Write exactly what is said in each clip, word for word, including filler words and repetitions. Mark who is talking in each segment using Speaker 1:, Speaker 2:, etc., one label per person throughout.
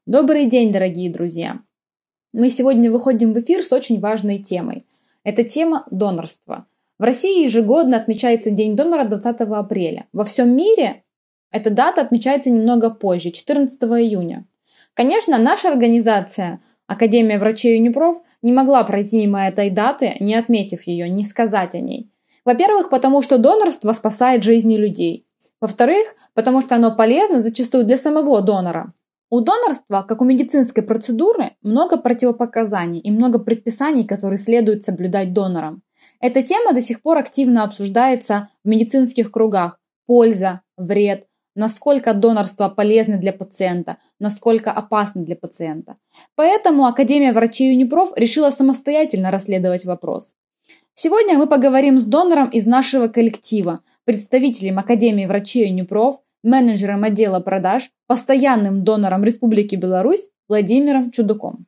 Speaker 1: Добрый день, дорогие друзья! Мы сегодня выходим в эфир с очень важной темой. Это тема донорства. В России ежегодно отмечается День донора двадцатого апреля. Во всем мире эта дата отмечается немного позже, четырнадцатого июня. Конечно, наша организация, Академия врачей ЮНИПРОФ, не могла пройти мимо этой даты, не отметив ее, не сказать о ней. Во-первых, потому что донорство спасает жизни людей. Во-вторых, потому что оно полезно зачастую для самого донора. У донорства, как у медицинской процедуры, много противопоказаний и много предписаний, которые следует соблюдать донорам. Эта тема до сих пор активно обсуждается в медицинских кругах. Польза, вред, насколько донорство полезно для пациента, насколько опасно для пациента. Поэтому Академия врачей ЮНИПРОФ решила самостоятельно расследовать вопрос. Сегодня мы поговорим с донором из нашего коллектива, представителем Академии врачей ЮНИПРОФ, менеджером отдела продаж, постоянным донором Республики Беларусь Владимиром Чудуком.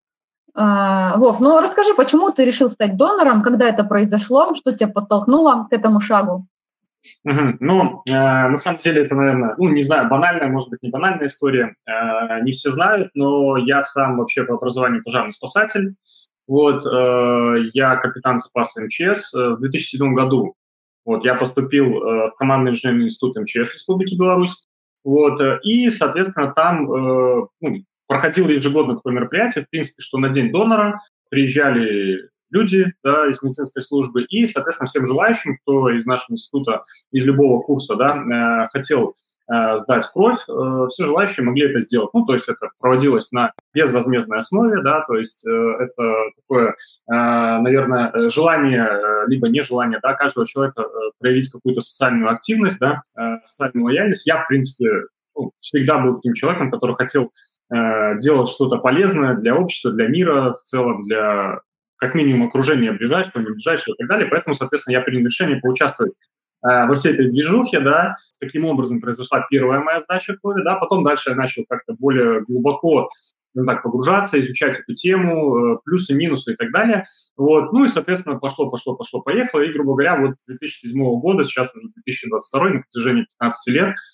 Speaker 2: А, Вов, ну расскажи, почему ты решил стать донором, когда это произошло, что тебя подтолкнуло к этому шагу?
Speaker 3: Угу. Ну, э, на самом деле это, наверное, ну, не знаю, банальная, может быть, не банальная история, э, не все знают, но я сам вообще по образованию пожарный спасатель. Вот, э, я капитан запаса МЧС в две тысячи седьмом году. Вот, я поступил э, в командный инженерный институт МЧС Республики Беларусь. Вот, э, и, соответственно, там э, ну, проходило ежегодно такое мероприятие, в принципе, что на День донора приезжали люди, да, из медицинской службы, и, соответственно, всем желающим, кто из нашего института, из любого курса, да, э, хотел э, сдать кровь, э, все желающие могли это сделать. Ну, то есть это проводилось на безвозмездной основе, да, то есть э, это такое, э, наверное, желание, э, либо нежелание, да, каждого человека э, проявить какую-то социальную активность, да, э, социальную лояльность. Я, в принципе, ну, всегда был таким человеком, который хотел э, делать что-то полезное для общества, для мира в целом, для как минимум окружения ближайшего, не ближайшего и так далее. Поэтому, соответственно, я принял решение поучаствовать э, во всей этой движухе, да. Таким образом произошла первая моя сдача крови, да. Потом дальше я начал как-то более глубоко, ну, так, погружаться, изучать эту тему, э, плюсы, минусы и так далее. Вот. Ну и, соответственно, пошло, пошло, пошло, поехало. И, грубо говоря, вот с две тысячи седьмого года, сейчас уже две тысячи двадцать второй, на протяжении пятнадцати лет, э,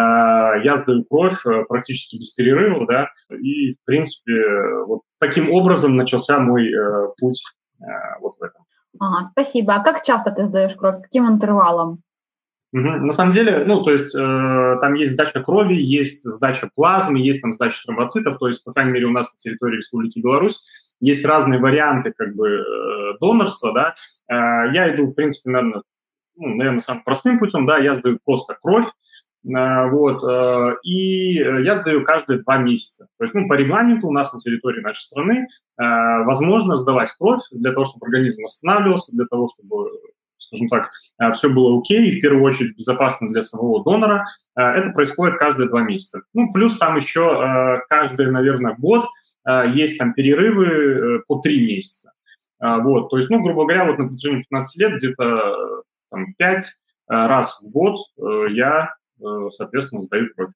Speaker 3: я сдаю кровь э, практически без перерыва, да. И, в принципе, э, вот таким образом начался мой э, путь э, вот в этом.
Speaker 2: Ага, спасибо. А как часто ты сдаешь кровь? С каким интервалом?
Speaker 3: Угу. На самом деле, ну, то есть э, там есть сдача крови, есть сдача плазмы, есть там сдача тромбоцитов, то есть, по крайней мере, у нас на территории Республики Беларусь есть разные варианты как бы э, донорства, да. Э, я иду, в принципе, наверное, ну, наверное, самым простым путем, да, я сдаю просто кровь, э, вот, э, и я сдаю каждые два месяца. То есть, ну, по регламенту у нас на территории нашей страны э, возможно сдавать кровь для того, чтобы организм восстанавливался, для того, чтобы, скажем так, все было окей, и в первую очередь безопасно для самого донора. Это происходит каждые два месяца. Ну, плюс там еще каждый, наверное, год есть там перерывы по три месяца. Вот, то есть, ну, грубо говоря, вот на протяжении пятнадцати лет где-то там, пять раз в год я, соответственно, сдаю кровь.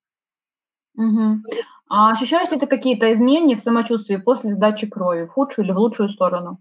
Speaker 2: Угу. А ощущаешь ли ты какие-то изменения в самочувствии после сдачи крови, в худшую или в лучшую сторону?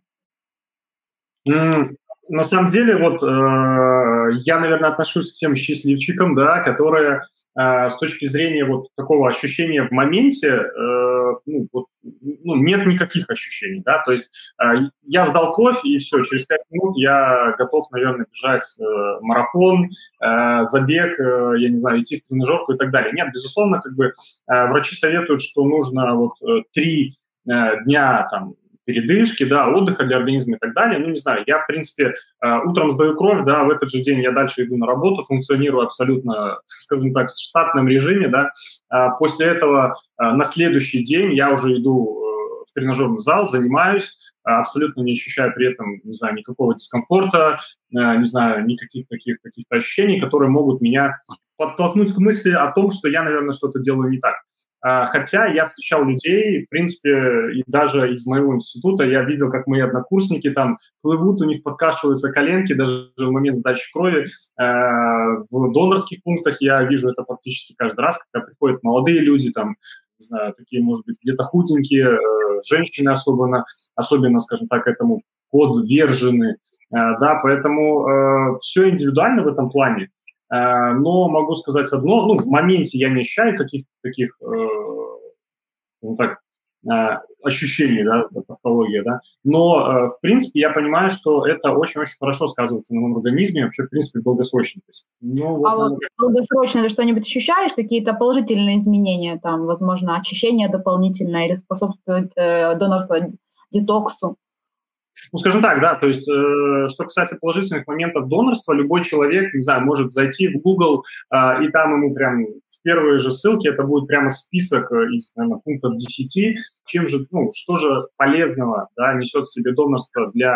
Speaker 3: На самом деле, вот э, я, наверное, отношусь к тем счастливчикам, да, которые э, с точки зрения вот такого ощущения в моменте, э, ну, вот, ну, нет никаких ощущений, да, то есть э, я сдал кровь, и все, через пять минут я готов, наверное, бежать э, марафон, э, забег, э, я не знаю, идти в тренажерку и так далее. Нет, безусловно, как бы э, врачи советуют, что нужно вот э, три э, дня, там, передышки, да, отдыха для организма и так далее. Ну, не знаю, я, в принципе, утром сдаю кровь, да, в этот же день я дальше иду на работу, функционирую абсолютно, скажем так, в штатном режиме, да. После этого на следующий день я уже иду в тренажерный зал, занимаюсь, абсолютно не ощущаю при этом, не знаю, никакого дискомфорта, не знаю, никаких таких каких-то ощущений, которые могут меня подтолкнуть к мысли о том, что я, наверное, что-то делаю не так. Хотя я встречал людей, в принципе, и даже из моего института я видел, как мои однокурсники там плывут, у них подкашиваются коленки даже в момент сдачи крови. В донорских пунктах я вижу это практически каждый раз, когда приходят молодые люди, там, не знаю, такие, может быть, где-то худенькие, женщины особенно, особенно, скажем так, этому подвержены. Да, поэтому все индивидуально в этом плане. Но могу сказать одно, ну, в моменте я не ощущаю каких-то таких, э, ну, так, э, ощущений, да, тавтология, да. Но, э, в принципе, я понимаю, что это очень-очень хорошо сказывается на моем организме, вообще, в принципе, в долгосрочном. Ну,
Speaker 2: А
Speaker 3: вот,
Speaker 2: вот
Speaker 3: наверное,
Speaker 2: долгосрочно ты что-нибудь ощущаешь, какие-то положительные изменения, там, возможно, очищение дополнительное или способствует э, донорство детоксу?
Speaker 3: Ну, скажем так, да, то есть, э, что касается положительных моментов донорства, любой человек, не знаю, может зайти в Google, э, и там ему прям в первые же ссылки это будет прямо список э, из, наверное, пунктов десяти, чем же, ну, что же полезного, да, несет в себе донорство для,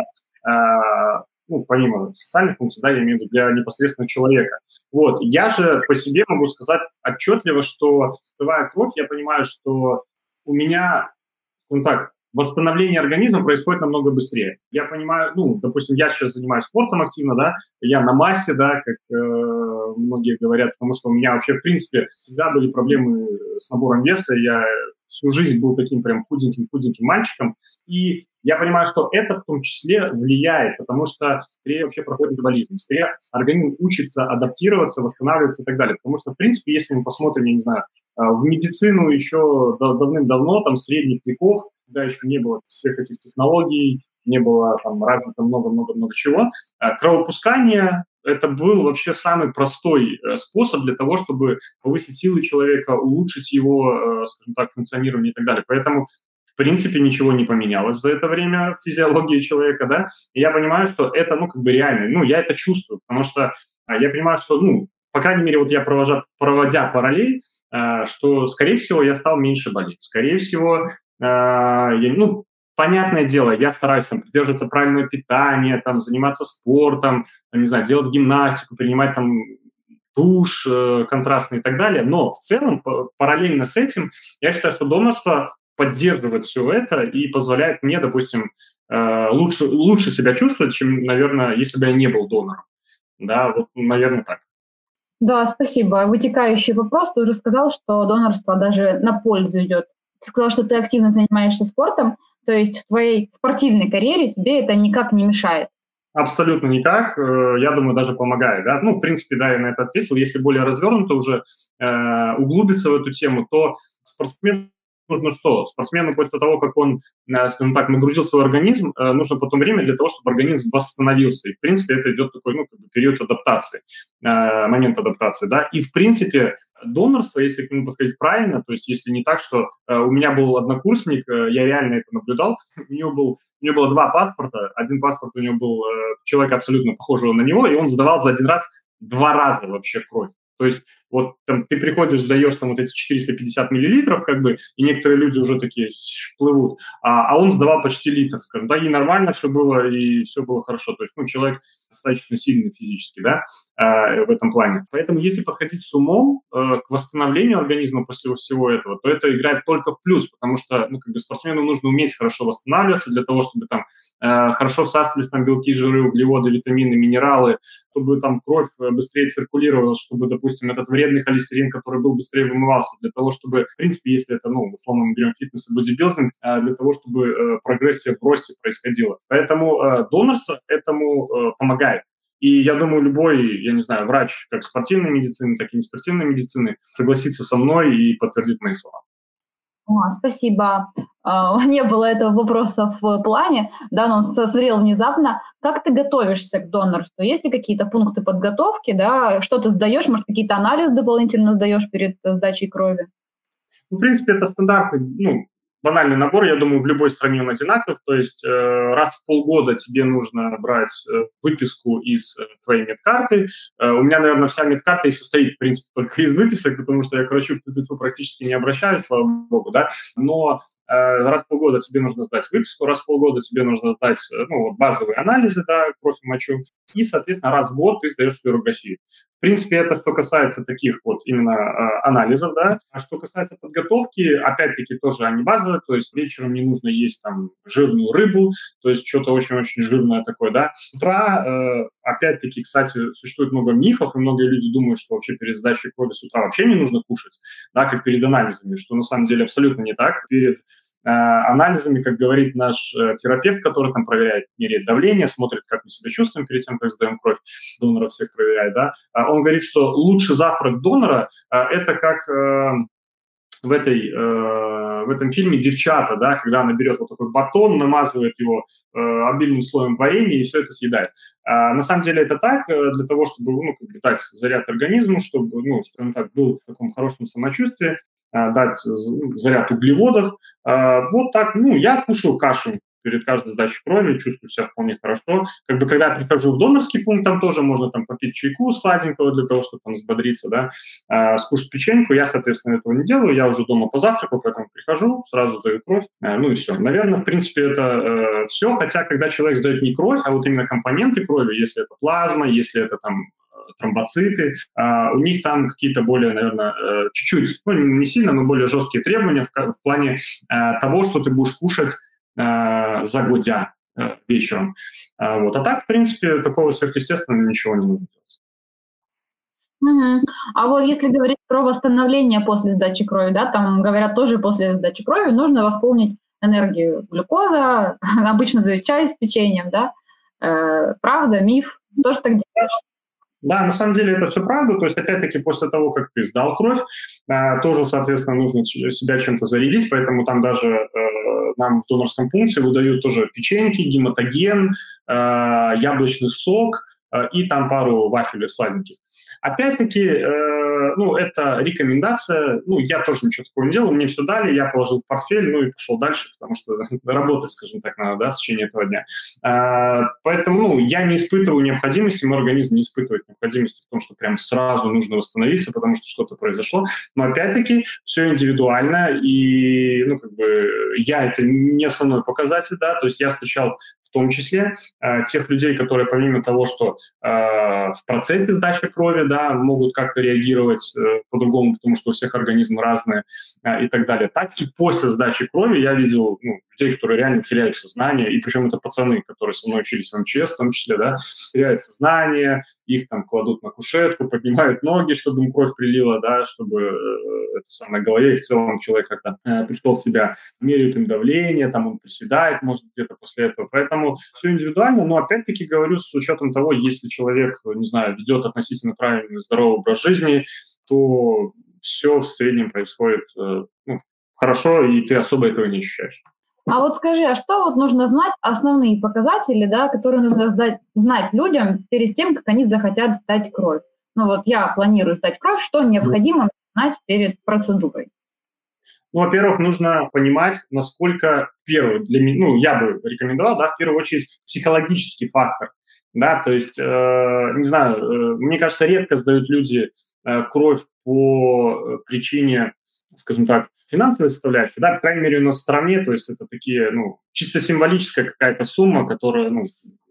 Speaker 3: э, ну, помимо социальных функций, да, я имею в виду для непосредственно человека. Вот, я же по себе могу сказать отчетливо, что, давая кровь, я понимаю, что у меня, ну так, восстановление организма происходит намного быстрее. Я понимаю, ну, допустим, я сейчас занимаюсь спортом активно, да, я на массе, да, как э, многие говорят, потому что у меня вообще, в принципе, всегда были проблемы с набором веса, я всю жизнь был таким прям худеньким-худеньким мальчиком, и я понимаю, что это в том числе влияет, потому что быстрее вообще проходит метаболизм, быстрее организм учится адаптироваться, восстанавливаться и так далее. Потому что, в принципе, если мы посмотрим, я не знаю, в медицину еще давным-давно, там, средних веков, когда еще не было всех этих технологий, не было там развито много-много-много чего. Кровопускание – это был вообще самый простой способ для того, чтобы повысить силы человека, улучшить его, скажем так, функционирование и так далее. Поэтому, в принципе, ничего не поменялось за это время в физиологии человека, да. И я понимаю, что это, ну, как бы реально, ну, я это чувствую, потому что я понимаю, что, ну, по крайней мере, вот я провожа, проводя параллель, что, скорее всего, я стал меньше болеть. Скорее всего, я, ну, понятное дело, я стараюсь там придерживаться правильного питания, там, заниматься спортом, не знаю, делать гимнастику, принимать там душ э, контрастный и так далее. Но в целом, параллельно с этим, я считаю, что донорство поддерживает все это и позволяет мне, допустим, э, лучше, лучше себя чувствовать, чем, наверное, если бы я не был донором. Да, вот, наверное, так.
Speaker 2: Да, спасибо. Вытекающий вопрос. Ты уже сказал, что донорство даже на пользу идет. Ты сказал, что ты активно занимаешься спортом, то есть в твоей спортивной карьере тебе это никак не мешает.
Speaker 3: Абсолютно никак. Я думаю, даже помогает. Да? Ну, в принципе, да, я на это ответил. Если более развернуто уже э, углубиться в эту тему, то спортсмен нужно что? Спортсмену после того, как он, скажем так, нагрузил свой организм, нужно потом время для того, чтобы организм восстановился. И, в принципе, это идет такой, ну, как бы период адаптации, момент адаптации, да. И, в принципе, донорство, если к нему подходить правильно, то есть если не так, что у меня был однокурсник, я реально это наблюдал, у него был У него было два паспорта. Один паспорт у него был э, человека абсолютно похожего на него, и он сдавал за один раз два раза вообще кровь. То есть вот там, ты приходишь, сдаешь там вот эти четыреста пятьдесят миллилитров, как бы, и некоторые люди уже такие плывут, а, а он сдавал почти литр, скажем, да, и нормально все было, и все было хорошо. То есть, ну, человек достаточно сильный физически, да, э, в этом плане. Поэтому если подходить с умом э, к восстановлению организма после всего этого, то это играет только в плюс, потому что, ну, как бы спортсмену нужно уметь хорошо восстанавливаться для того, чтобы там э, хорошо всасывались там белки, жиры, углеводы, витамины, минералы, чтобы там кровь быстрее циркулировала, чтобы, допустим, этот вредный холестерин, который был, быстрее вымывался, для того, чтобы, в принципе, если это, ну, условно мы берем фитнес и бодибилдинг, э, для того, чтобы э, прогрессия в росте происходила. Поэтому э, донорство этому э, помогает. И я думаю, любой, я не знаю, врач как спортивной медицины, так и неспортивной медицины согласится со мной и подтвердит мои слова.
Speaker 2: А, спасибо. Uh, не было этого вопроса в плане, да, но он созрел внезапно. Как ты готовишься к донорству? Есть ли какие-то пункты подготовки, да? Что ты сдаешь? Может, какие-то анализы дополнительно сдаешь перед сдачей крови?
Speaker 3: Ну, в принципе, это стандартный, ну, банальный набор, я думаю, в любой стране он одинаков, то есть э, раз в полгода тебе нужно брать э, выписку из э, твоей медкарты. Э, у меня, наверное, вся медкарта и состоит, в принципе, только из выписок, потому что я к врачу практически не обращаюсь, слава богу, да, но э, раз в полгода тебе нужно сдать выписку, раз в полгода тебе нужно сдать, ну, базовые анализы, да, кровь и мочу, и, соответственно, раз в год ты сдаешь флюорографию. В принципе, это что касается таких вот именно э, анализов, да. А что касается подготовки, опять-таки тоже они базовые, то есть вечером не нужно есть там жирную рыбу, то есть что-то очень-очень жирное такое, да. С утра, э, опять-таки, кстати, существует много мифов, и многие люди думают, что вообще перед сдачей крови с утра вообще не нужно кушать, да, как перед анализами, что на самом деле абсолютно не так. Перед анализами, как говорит наш э, терапевт, который там проверяет, меряет давление, смотрит, как мы себя чувствуем перед тем, как сдаем кровь, донора всех проверяет, да, он говорит, что лучший завтрак донора э, это как, э, в этой, э, в этом фильме «Девчата», да, когда она берет вот такой батон, намазывает его э, обильным слоем варенья и все это съедает. А на самом деле это так, для того, чтобы, ну, как бы дать заряд организму, чтобы, ну, чтобы он так был в таком хорошем самочувствии, дать заряд углеводов. Вот так, ну, я кушаю кашу перед каждой сдачей крови, чувствую себя вполне хорошо. Как бы, когда я прихожу в донорский пункт, там тоже можно там попить чайку сладенького для того, чтобы там взбодриться, да, а, скушать печеньку. Я, соответственно, этого не делаю. Я уже дома позавтракаю, поэтому прихожу, сразу сдаю кровь, а, ну и все. Наверное, в принципе, это э, все. Хотя, когда человек сдает не кровь, а вот именно компоненты крови, если это плазма, если это там тромбоциты, а, у них там какие-то более, наверное, э, чуть-чуть, ну, не сильно, но более жесткие требования в, в плане э, того, что ты будешь кушать за годя э, вечером. А, вот. А так, в принципе, такого сверхъестественного ничего не нужно делать.
Speaker 2: Угу. А вот если говорить про восстановление после сдачи крови, да, там говорят тоже после сдачи крови нужно восполнить энергию глюкоза, обычно дают чай с печеньем, да, э, правда, миф, тоже так делаешь?
Speaker 3: Да, на самом деле это все правда. То есть, опять-таки, после того, как ты сдал кровь, тоже, соответственно, нужно себя чем-то зарядить, поэтому там даже нам в донорском пункте выдают тоже печеньки, гематоген, яблочный сок и там пару вафелей сладеньких. Опять-таки, э, ну, это рекомендация, ну, я тоже ничего такого не делал, мне все дали, я положил в портфель, ну, и пошел дальше, потому что работать, скажем так, надо, да, в течение этого дня. Э, поэтому, ну, я не испытываю необходимости, мой организм не испытывает необходимости в том, что прям сразу нужно восстановиться, потому что что-то произошло, но, опять-таки, все индивидуально, и, ну, как бы, я это не основной показатель, да, то есть я встречал в том числе э, тех людей, которые помимо того, что э, в процессе сдачи крови, да, могут как-то реагировать э, по-другому, потому что у всех организмы разные э, и так далее, так и после сдачи крови я видел, ну, людей, которые реально теряют сознание, и причем это пацаны, которые со мной учились в эм че эс в том числе, да, теряют сознание, их там кладут на кушетку, поднимают ноги, чтобы им кровь прилила, да, чтобы э, это самое голове, и в целом человек как-то э, пришел в себя, меряют им давление, там он приседает, может, где-то после этого, поэтому все индивидуально, но опять-таки говорю с учетом того, если человек, не знаю, ведет относительно правильный здоровый образ жизни, то все в среднем происходит э, ну, хорошо, и ты особо этого не ощущаешь.
Speaker 2: А вот скажи, а что вот нужно знать, основные показатели, да, которые нужно сдать, знать людям перед тем, как они захотят сдать кровь? Ну вот я планирую сдать кровь, что необходимо знать перед процедурой?
Speaker 3: Ну, во-первых, нужно понимать, насколько, первый, для меня, ну, я бы рекомендовал, да, в первую очередь, психологический фактор, да, то есть, э, не знаю, э, мне кажется, редко сдают люди э, кровь по причине, скажем так, финансовой составляющей, да, по крайней мере, у нас в стране, то есть это такие, ну, чисто символическая какая-то сумма, которая, ну,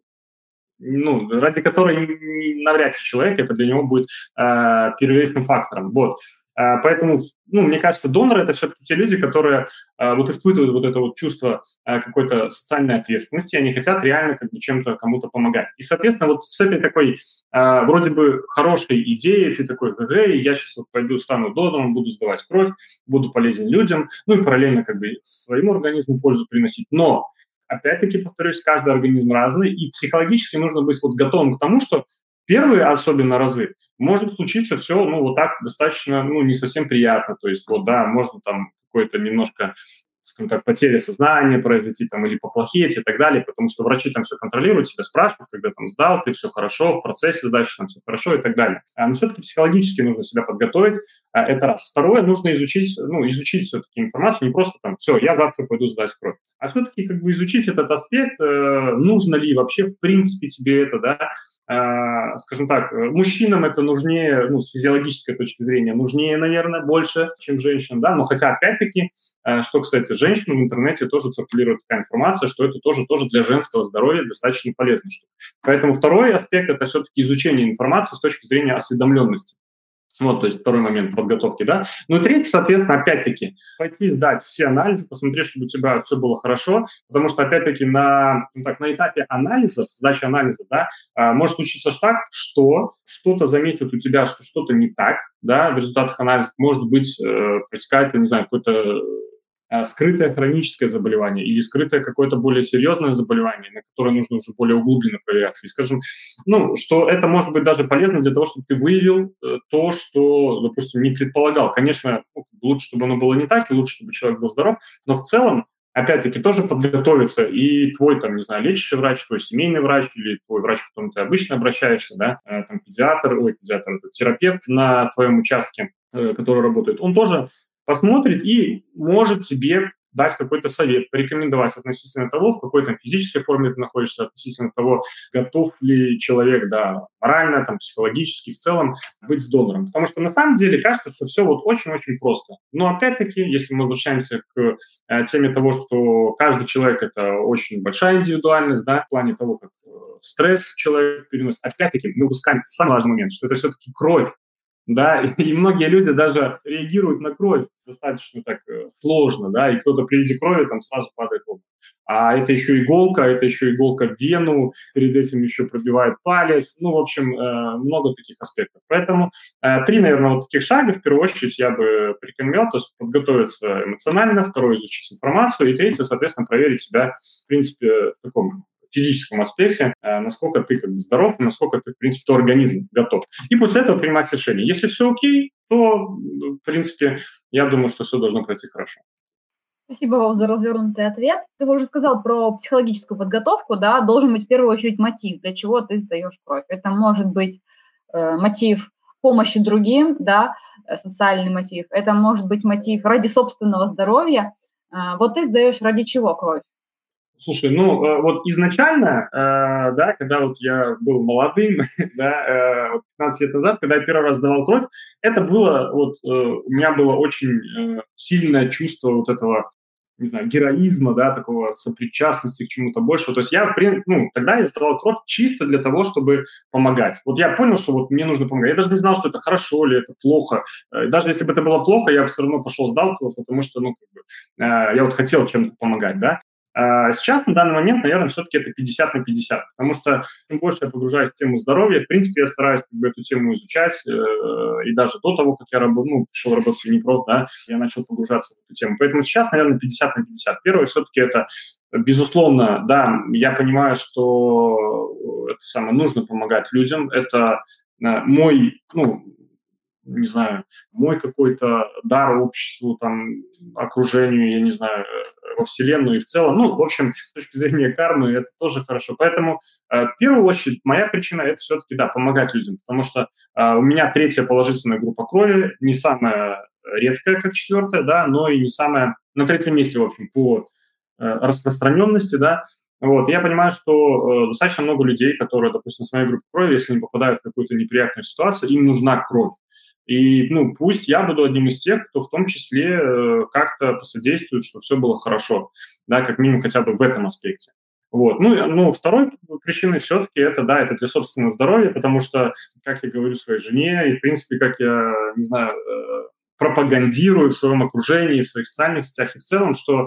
Speaker 3: ну, ради которой навряд ли человек, это для него будет э, первичным фактором, вот. Поэтому, ну, мне кажется, доноры – это все-таки те люди, которые э, вот испытывают вот это вот чувство э, какой-то социальной ответственности, они хотят реально как бы чем-то кому-то помогать. И, соответственно, вот с этой такой э, вроде бы хорошей идеей ты такой, эй, я сейчас вот пойду стану донором, буду сдавать кровь, буду полезен людям, ну и параллельно как бы своему организму пользу приносить. Но, опять-таки, повторюсь, каждый организм разный, и психологически нужно быть вот готовым к тому, что первые особенно разы может случиться все, ну, вот так достаточно, ну, не совсем приятно. То есть, вот, да, можно там какое-то немножко, скажем так, потеря сознания произойти там или поплохеть и так далее, потому что врачи там все контролируют, тебя спрашивают, когда там сдал, ты все хорошо, в процессе сдачи там все хорошо и так далее. А, но все-таки психологически нужно себя подготовить, а, это раз. Второе, нужно изучить, ну, изучить все-таки информацию, не просто там, все, я завтра пойду сдать кровь, а все-таки как бы изучить этот аспект, э, нужно ли вообще в принципе тебе это, да, скажем так, мужчинам это нужнее, ну, с физиологической точки зрения, нужнее, наверное, больше, чем женщинам, да, но хотя, опять-таки, что, кстати, женщинам в интернете тоже циркулирует такая информация, что это тоже, тоже для женского здоровья достаточно полезно. Поэтому второй аспект – это все-таки изучение информации с точки зрения осведомленности. Вот, то есть второй момент подготовки, да. Ну и третий, соответственно, опять-таки, пойти сдать все анализы, посмотреть, чтобы у тебя все было хорошо, потому что, опять-таки, на, ну, так, на этапе анализов, сдачи анализа, да, может случиться так, что что-то заметит у тебя, что что-то не так, да, в результатах анализов, может быть, э, протекает, не знаю, какой-то скрытое хроническое заболевание или скрытое какое-то более серьезное заболевание, на которое нужно уже более углубленно проверяться. И скажем, ну, что это может быть даже полезно для того, чтобы ты выявил то, что, допустим, не предполагал. Конечно, лучше, чтобы оно было не так, и лучше, чтобы человек был здоров, но в целом, опять-таки, тоже подготовиться, и твой, там, не знаю, лечащий врач, твой семейный врач или твой врач, к которому ты обычно обращаешься, да, там, педиатр, ой, педиатр, это терапевт на твоем участке, который работает, он тоже посмотрит и может тебе дать какой-то совет, порекомендовать относительно того, в какой там физической форме ты находишься, относительно того, готов ли человек, да, морально, там, психологически, в целом быть донором. Потому что на самом деле кажется, что все вот очень-очень просто. Но опять-таки, если мы возвращаемся к э, теме того, что каждый человек – это очень большая индивидуальность, да, в плане того, как э, стресс человек переносит, опять-таки мы упускаем самый важный момент, что это все-таки кровь. Да, и, и многие люди даже реагируют на кровь достаточно так э, сложно, да, и кто-то при виде крови там сразу падает в обморок. А это еще иголка, это еще иголка в вену, перед этим еще пробивает палец, ну, в общем, э, много таких аспектов. Поэтому э, три, наверное, вот таких шага, в первую очередь, я бы порекомендовал, то есть подготовиться эмоционально, второе, изучить информацию, и третье, соответственно, проверить себя, в принципе, в таком физическом аспекте, насколько ты как бы здоров, насколько ты, в принципе, твой организм готов. И после этого принимать решение. Если все окей, то, в принципе, я думаю, что все должно пройти хорошо.
Speaker 2: Спасибо вам за развернутый ответ. Ты уже сказал про психологическую подготовку, да, должен быть в первую очередь мотив, для чего ты сдаешь кровь. Это может быть э, мотив помощи другим, да, социальный мотив. Это может быть мотив ради собственного здоровья. Э, вот ты сдаешь ради чего кровь?
Speaker 3: Слушай, ну вот изначально, э, да, когда вот я был молодым, да, э, пятнадцать лет назад, когда я первый раз сдавал кровь, это было вот, э, у меня было очень э, сильное чувство вот этого, не знаю, героизма, да, такого сопричастности к чему-то большему. То есть я, ну, тогда я сдавал кровь чисто для того, чтобы помогать. Вот я понял, что вот мне нужно помогать. Я даже не знал, что это хорошо или это плохо. Даже если бы это было плохо, я бы все равно пошел сдал кровь, потому что, ну, как бы, э, я вот хотел чем-то помогать, да. А сейчас, на данный момент, наверное, все-таки это пятьдесят на пятьдесят, потому что чем больше я погружаюсь в тему здоровья, в принципе, я стараюсь как бы эту тему изучать, э, и даже до того, как я работал, ну, пришел работать в Uniprot, да, я начал погружаться в эту тему. Поэтому сейчас, наверное, пятьдесят на пятьдесят. Первое, все-таки это, безусловно, да, я понимаю, что это самое, нужно помогать людям, это э, мой, ну, не знаю, мой какой-то дар обществу, там, окружению, я не знаю, во Вселенную и в целом. Ну, в общем, с точки зрения кармы это тоже хорошо. Поэтому, э, в первую очередь, моя причина – это все-таки, да, помогать людям, потому что э, у меня третья положительная группа крови, не самая редкая, как четвертая, да, но и не самая, на третьем месте, в общем, по э, распространенности, да. Вот, я понимаю, что э, достаточно много людей, которые, допустим, с моей группой крови, если они попадают в какую-то неприятную ситуацию, им нужна кровь. И, ну, пусть я буду одним из тех, кто в том числе э, как-то посодействует, чтобы все было хорошо, да, как минимум хотя бы в этом аспекте. Вот. Ну, ну, второй причиной все-таки это, да, это для собственного здоровья, потому что, как я говорю своей жене, и, в принципе, как я, не знаю, э, пропагандирую в своем окружении, в своих социальных сетях и в целом, что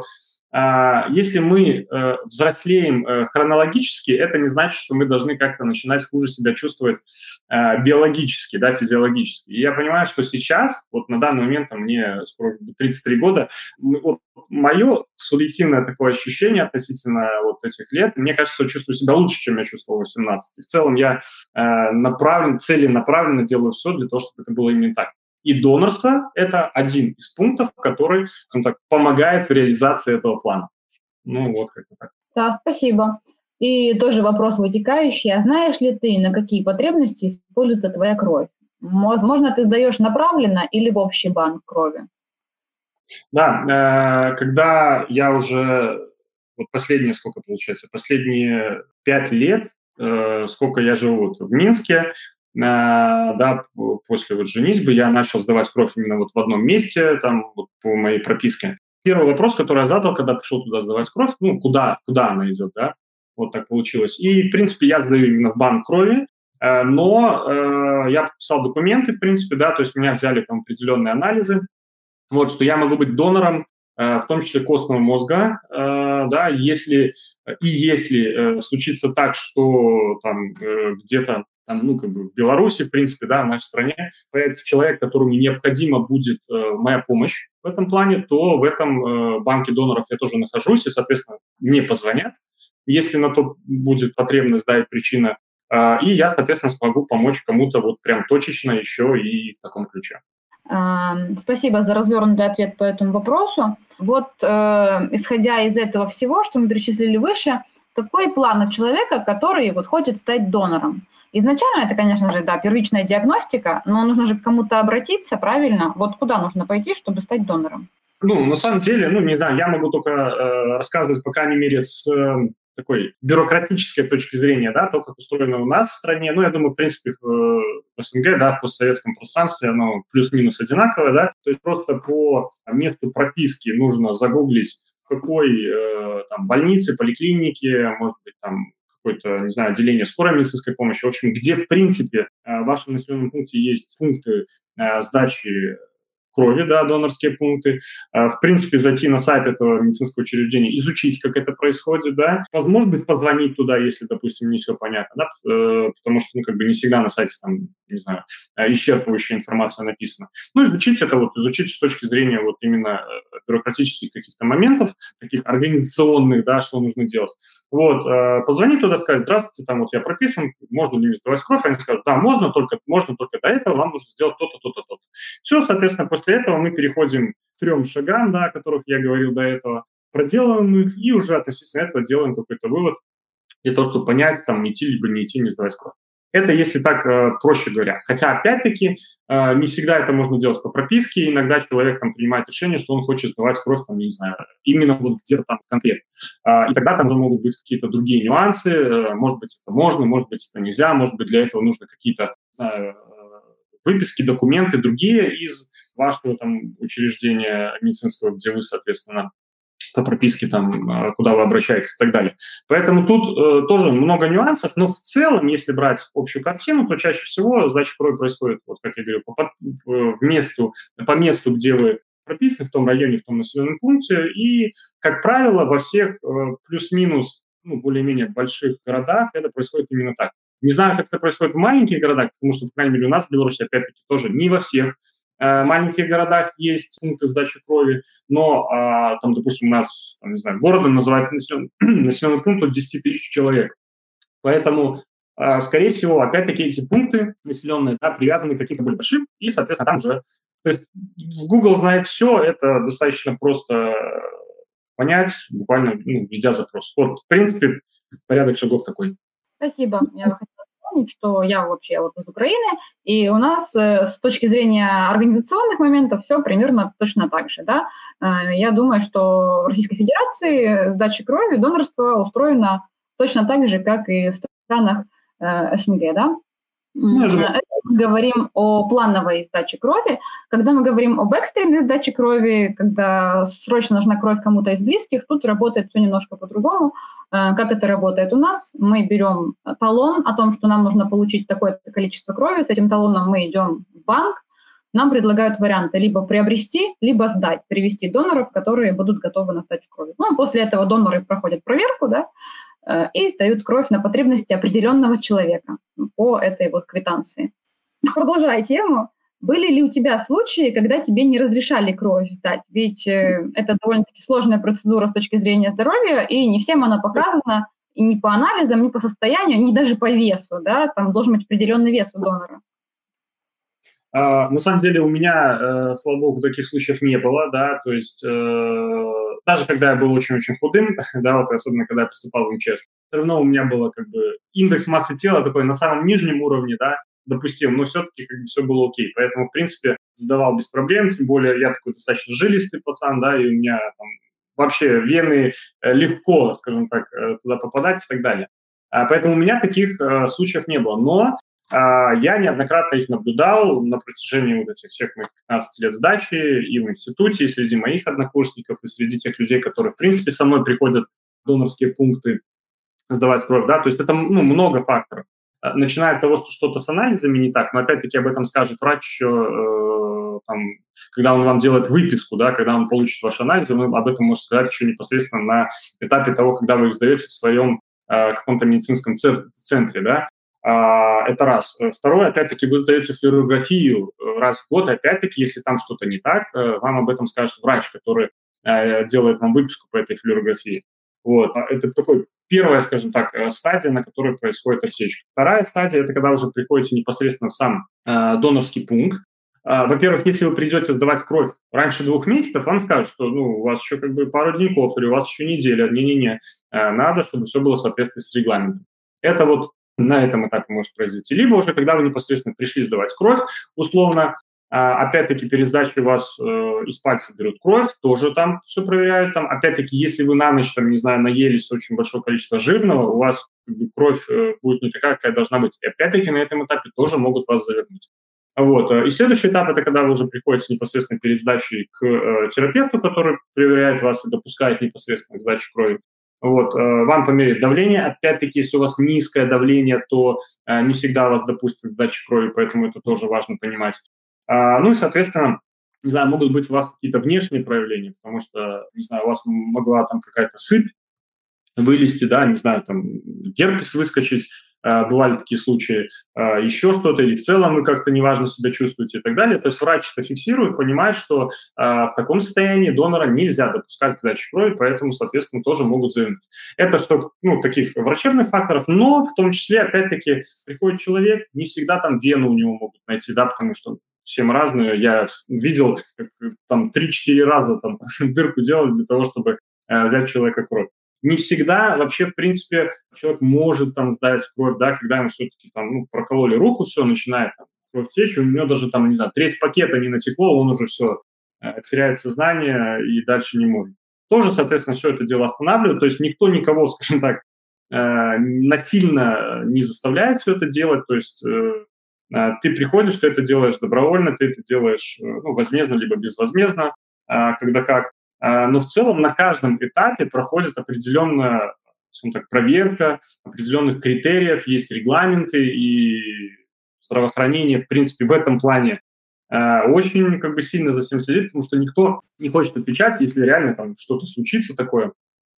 Speaker 3: Uh, если мы uh, взрослеем uh, хронологически, это не значит, что мы должны как-то начинать хуже себя чувствовать uh, биологически, да, физиологически. И я понимаю, что сейчас, вот на данный момент, а мне скоро тридцать три года, вот мое субъективное такое ощущение относительно вот этих лет, мне кажется, что я чувствую себя лучше, чем я чувствовал в восемнадцать. И в целом я uh, направлен, целенаправленно делаю все для того, чтобы это было именно так. И донорство – это один из пунктов, который, скажем так, помогает в реализации этого плана. Ну, вот как-то так.
Speaker 2: Да, спасибо. И тоже вопрос вытекающий. А знаешь ли ты, на какие потребности используется твоя кровь? Возможно, ты сдаешь направленно или в общий банк крови?
Speaker 3: Да, э, когда я уже, вот последние, сколько получается, последние пять лет, э, сколько я живу вот в Минске, да, после вот женитьбы я начал сдавать кровь именно вот в одном месте, там, вот по моей прописке. Первый вопрос, который я задал, когда пришел туда сдавать кровь, ну, куда, куда она идет, да, вот так получилось. И, в принципе, я сдаю именно в банк крови, но э, я подписал документы, в принципе, да, то есть меня взяли там определенные анализы, вот, что я могу быть донором, э, в том числе костного мозга, э, да, если, и если э, случится так, что там э, где-то там, ну, как бы в Беларуси, в принципе, да, в нашей стране, появится человек, которому необходима будет э, моя помощь в этом плане, то в этом э, банке доноров я тоже нахожусь, и, соответственно, мне позвонят, если на то будет потребность, да, и причина, э, и я, соответственно, смогу помочь кому-то вот прям точечно еще и в таком ключе.
Speaker 2: Спасибо за развернутый ответ по этому вопросу. Вот, э, исходя из этого всего, что мы перечислили выше, какой план от человека, который вот хочет стать донором? Изначально это, конечно же, да, первичная диагностика, но нужно же к кому-то обратиться, правильно? Вот куда нужно пойти, чтобы стать донором?
Speaker 3: Ну, на самом деле, ну, не знаю, я могу только э, рассказывать, по крайней мере, с э, такой бюрократической точки зрения, да, то, как устроено у нас в стране. Ну, я думаю, в принципе, в, в СНГ, да, в постсоветском пространстве оно плюс-минус одинаковое, да. То есть просто по месту прописки нужно загуглить, в какой э, там больнице, поликлинике, может быть, там какое-то, не знаю, отделение скорой медицинской помощи, в общем, где, в принципе, в вашем населенном пункте есть пункты э, сдачи крови, да, донорские пункты, в принципе, зайти на сайт этого медицинского учреждения, изучить, как это происходит, да, может быть, позвонить туда, если, допустим, не все понятно, да, потому что, ну, как бы не всегда на сайте, там, не знаю, исчерпывающая информация написана. Ну, изучить это, вот, изучить с точки зрения вот именно бюрократических каких-то моментов, таких организационных, да, что нужно делать. Вот, позвонить туда, сказать: здравствуйте, там, вот я прописан, можно ли мне сдавать кровь? Они скажут: да, можно, только, можно только до этого, вам нужно сделать то-то, то-то, то-то. Все, соответственно, после После этого мы переходим к трем шагам, да, о которых я говорил до этого, проделываем их и уже относительно этого делаем какой-то вывод для того, чтобы понять, там, идти либо не идти, не сдавать кровь. Это если так э, проще говоря. Хотя, опять-таки, э, не всегда это можно делать по прописке. Иногда человек там принимает решение, что он хочет сдавать кровь, там, не знаю, именно вот где-то там конкретно. Э, и тогда там уже могут быть какие-то другие нюансы. Э, может быть, это можно, может быть, это нельзя. Может быть, для этого нужно какие-то э, выписки, документы другие из вашего там учреждения медицинского, где вы, соответственно, по прописке там, куда вы обращаетесь и так далее. Поэтому тут э, тоже много нюансов, но в целом, если брать общую картину, то чаще всего сдача крови происходит, вот как я говорю, по, по, в месту, по месту, где вы прописаны, в том районе, в том населенном пункте, и, как правило, во всех э, плюс-минус, ну, более-менее больших городах это происходит именно так. Не знаю, как это происходит в маленьких городах, потому что, по крайней мере, у нас в Беларуси, опять-таки, тоже не во всех э, маленьких городах есть пункты сдачи крови, но, э, там, допустим, у нас, там, не знаю, городом называется населенный, населенный пункт от десять тысяч человек. Поэтому, э, скорее всего, опять-таки, эти пункты населенные, да, привязаны к каким-то более большим, и, соответственно, там же... То есть Google знает все, это достаточно просто понять, буквально, ну, введя запрос. Вот, в принципе, порядок шагов такой.
Speaker 2: Спасибо. Я бы хотела напомнить, что я вообще вот из Украины, и у нас э, с точки зрения организационных моментов все примерно точно так же. Да? Э, я думаю, что в Российской Федерации сдача крови, донорство устроено точно так же, как и в странах э, СНГ. Да? Ну, мы говорим о плановой сдаче крови. Когда мы говорим об экстренной сдаче крови, когда срочно нужна кровь кому-то из близких, тут работает все немножко по-другому. Как это работает у нас? Мы берем талон о том, что нам нужно получить такое-то количество крови. С этим талоном мы идем в банк. Нам предлагают варианты либо приобрести, либо сдать, привести доноров, которые будут готовы на сдачу крови. Ну, после этого доноры проходят проверку, да, и сдают кровь на потребности определенного человека по этой вот квитанции. Продолжая тему, были ли у тебя случаи, когда тебе не разрешали кровь сдать? Ведь э, это довольно-таки сложная процедура с точки зрения здоровья, и не всем она показана, и ни по анализам, ни по состоянию, ни даже по весу, да, там должен быть определенный вес у донора.
Speaker 3: Uh, на самом деле у меня, uh, слава богу, таких случаев не было, да, то есть uh, даже когда я был очень-очень худым, да, вот особенно когда я поступал в эм че эс, все равно у меня было как бы индекс массы тела такой на самом нижнем уровне, да, допустим, но все-таки как бы все было окей, поэтому, в принципе, сдавал без проблем, тем более я такой достаточно жилистый пацан, да, и у меня там вообще вены легко, скажем так, туда попадать и так далее. Uh, поэтому у меня таких uh, случаев не было, но я неоднократно их наблюдал на протяжении вот этих всех моих пятнадцати лет сдачи и в институте, и среди моих однокурсников, и среди тех людей, которые, в принципе, со мной приходят в донорские пункты сдавать кровь, да, то есть это, ну, много факторов. Начиная от того, что что-то с анализами не так, но опять-таки об этом скажет врач еще, э, там, когда он вам делает выписку, да, когда он получит ваши анализы, он об этом может сказать еще непосредственно на этапе того, когда вы их сдаете в своем э, каком-то медицинском центре, да. Это раз. Второе, опять-таки, вы сдаете флюорографию раз в год. Опять-таки, если там что-то не так, вам об этом скажет врач, который делает вам выписку по этой флюорографии. Вот. Это такой первая, скажем так, стадия, на которой происходит отсечка. Вторая стадия – это когда уже приходите непосредственно в сам донорский пункт. Во-первых, если вы придете сдавать кровь раньше двух месяцев, вам скажут, что ну, у вас еще как бы пару деньков или у вас еще неделя. Не-не-не, надо, чтобы все было в соответствии с регламентом. Это вот на этом этапе может произойти. Либо уже, когда вы непосредственно пришли сдавать кровь, условно, опять-таки перед сдачей у вас э, из пальца берут кровь, тоже там все проверяют. Там. Опять-таки, если вы на ночь, там, не знаю, наелись очень большое количество жирного, у вас как бы, кровь э, будет не такая, какая должна быть. И опять-таки на этом этапе тоже могут вас завернуть. Вот. И следующий этап – это когда вы уже приходите непосредственно перед сдачей к э, терапевту, который проверяет вас и допускает непосредственно к сдаче крови. Вот, вам померяют давление. Опять-таки, если у вас низкое давление, то не всегда вас допустят к сдаче крови, поэтому это тоже важно понимать. Ну и, соответственно, не знаю, могут быть у вас какие-то внешние проявления, потому что, не знаю, у вас могла там какая-то сыпь вылезти, да, не знаю, там герпес выскочить, бывали такие случаи, еще что-то, или в целом вы как-то неважно себя чувствуете и так далее. То есть врач это фиксирует, понимает, что в таком состоянии донора нельзя допускать к сдаче крови, поэтому, соответственно, тоже могут завернуть. Это что, ну, таких врачебных факторов, но в том числе, опять-таки, приходит человек, не всегда там вену у него могут найти, да, потому что всем разные. Я видел, как там три-четыре раза там дырку делали для того, чтобы взять человека кровь. Не всегда вообще, в принципе, человек может там сдать кровь, да, когда ему все-таки там, ну, прокололи руку, все, начинает там, кровь течь, у него даже там, не знаю, треть пакета не натекло, он уже все, э, теряет сознание и дальше не может. Тоже, соответственно, все это дело останавливает, то есть никто никого, скажем так, э, насильно не заставляет все это делать, то есть э, э, ты приходишь, ты это делаешь добровольно, ты это делаешь, э, ну, возмездно либо безвозмездно, э, когда как. Но в целом на каждом этапе проходит определенная, скажем так, проверка определенных критериев, есть регламенты, и здравоохранение, в принципе, в этом плане очень как бы сильно за всем следит, потому что никто не хочет отвечать, если реально там что-то случится такое.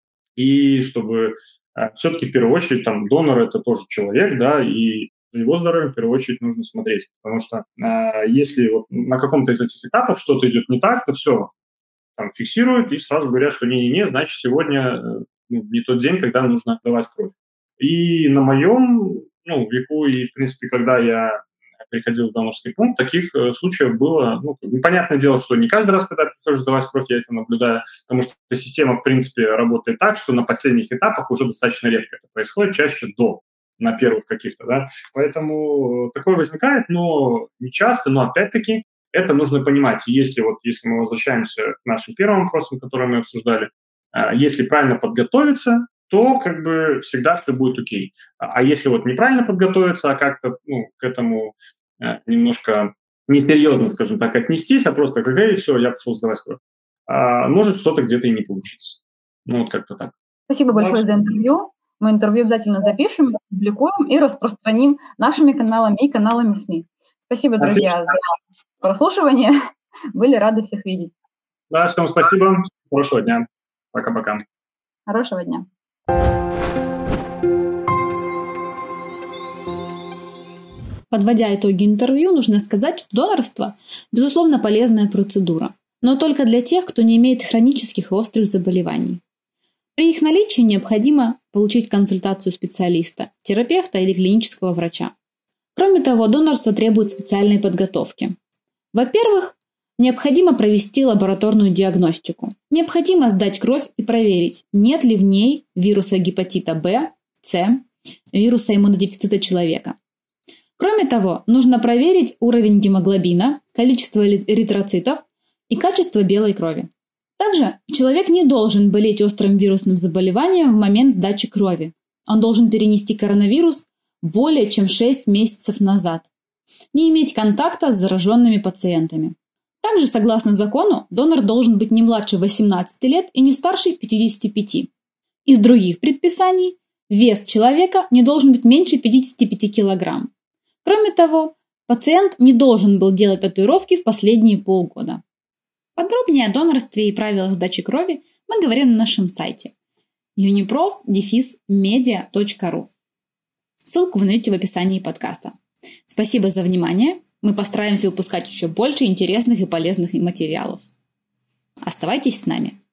Speaker 3: И чтобы все-таки в первую очередь там донор – это тоже человек, да, и за его здоровье в первую очередь нужно смотреть, потому что если вот на каком-то из этих этапов что-то идет не так, то все, там фиксируют и сразу говорят, что не-не-не, значит, сегодня ну, не тот день, когда нужно отдавать кровь. И на моем ну, веку, и, в принципе, когда я приходил в донорский пункт, таких э, случаев было, ну, понятное дело, что не каждый раз, когда я прихожу сдавать кровь, я это наблюдаю, потому что система, в принципе, работает так, что на последних этапах уже достаточно редко это происходит, чаще до, на первых каких-то, да. Поэтому такое возникает, но не часто, но опять-таки это нужно понимать. Если, вот, если мы возвращаемся к нашим первым вопросам, которые мы обсуждали, если правильно подготовиться, то как бы всегда все будет окей. А если вот неправильно подготовиться, а как-то ну, к этому немножко несерьезно, скажем так, отнестись, а просто как, эй, все, я пошел сдавать кровь, может что-то где-то и не получится. Ну вот как-то так.
Speaker 2: Спасибо большое за интервью. Мы интервью обязательно запишем, публикуем и распространим нашими каналами и каналами СМИ. Спасибо, друзья, за прослушивание. Были рады всех видеть.
Speaker 3: Да, всем спасибо. Хорошего дня. Пока-пока.
Speaker 2: Хорошего дня.
Speaker 1: Подводя итоги интервью, нужно сказать, что донорство – безусловно полезная процедура, но только для тех, кто не имеет хронических и острых заболеваний. При их наличии необходимо получить консультацию специалиста, терапевта или клинического врача. Кроме того, донорство требует специальной подготовки. Во-первых, необходимо провести лабораторную диагностику. Необходимо сдать кровь и проверить, нет ли в ней вируса гепатита Б, С, вируса иммунодефицита человека. Кроме того, нужно проверить уровень гемоглобина, количество эритроцитов и качество белой крови. Также человек не должен болеть острым вирусным заболеванием в момент сдачи крови. Он должен перенести коронавирус более чем шесть месяцев назад, не иметь контакта с зараженными пациентами. Также, согласно закону, донор должен быть не младше восемнадцати лет и не старше пятидесяти пяти. Из других предписаний вес человека не должен быть меньше пятидесяти пяти килограмм. Кроме того, пациент не должен был делать татуировки в последние полгода. Подробнее о донорстве и правилах сдачи крови мы говорим на нашем сайте юнипроф дефис медиа точка ру. Ссылку вы найдете в описании подкаста. Спасибо за внимание. Мы постараемся выпускать еще больше интересных и полезных материалов. Оставайтесь с нами.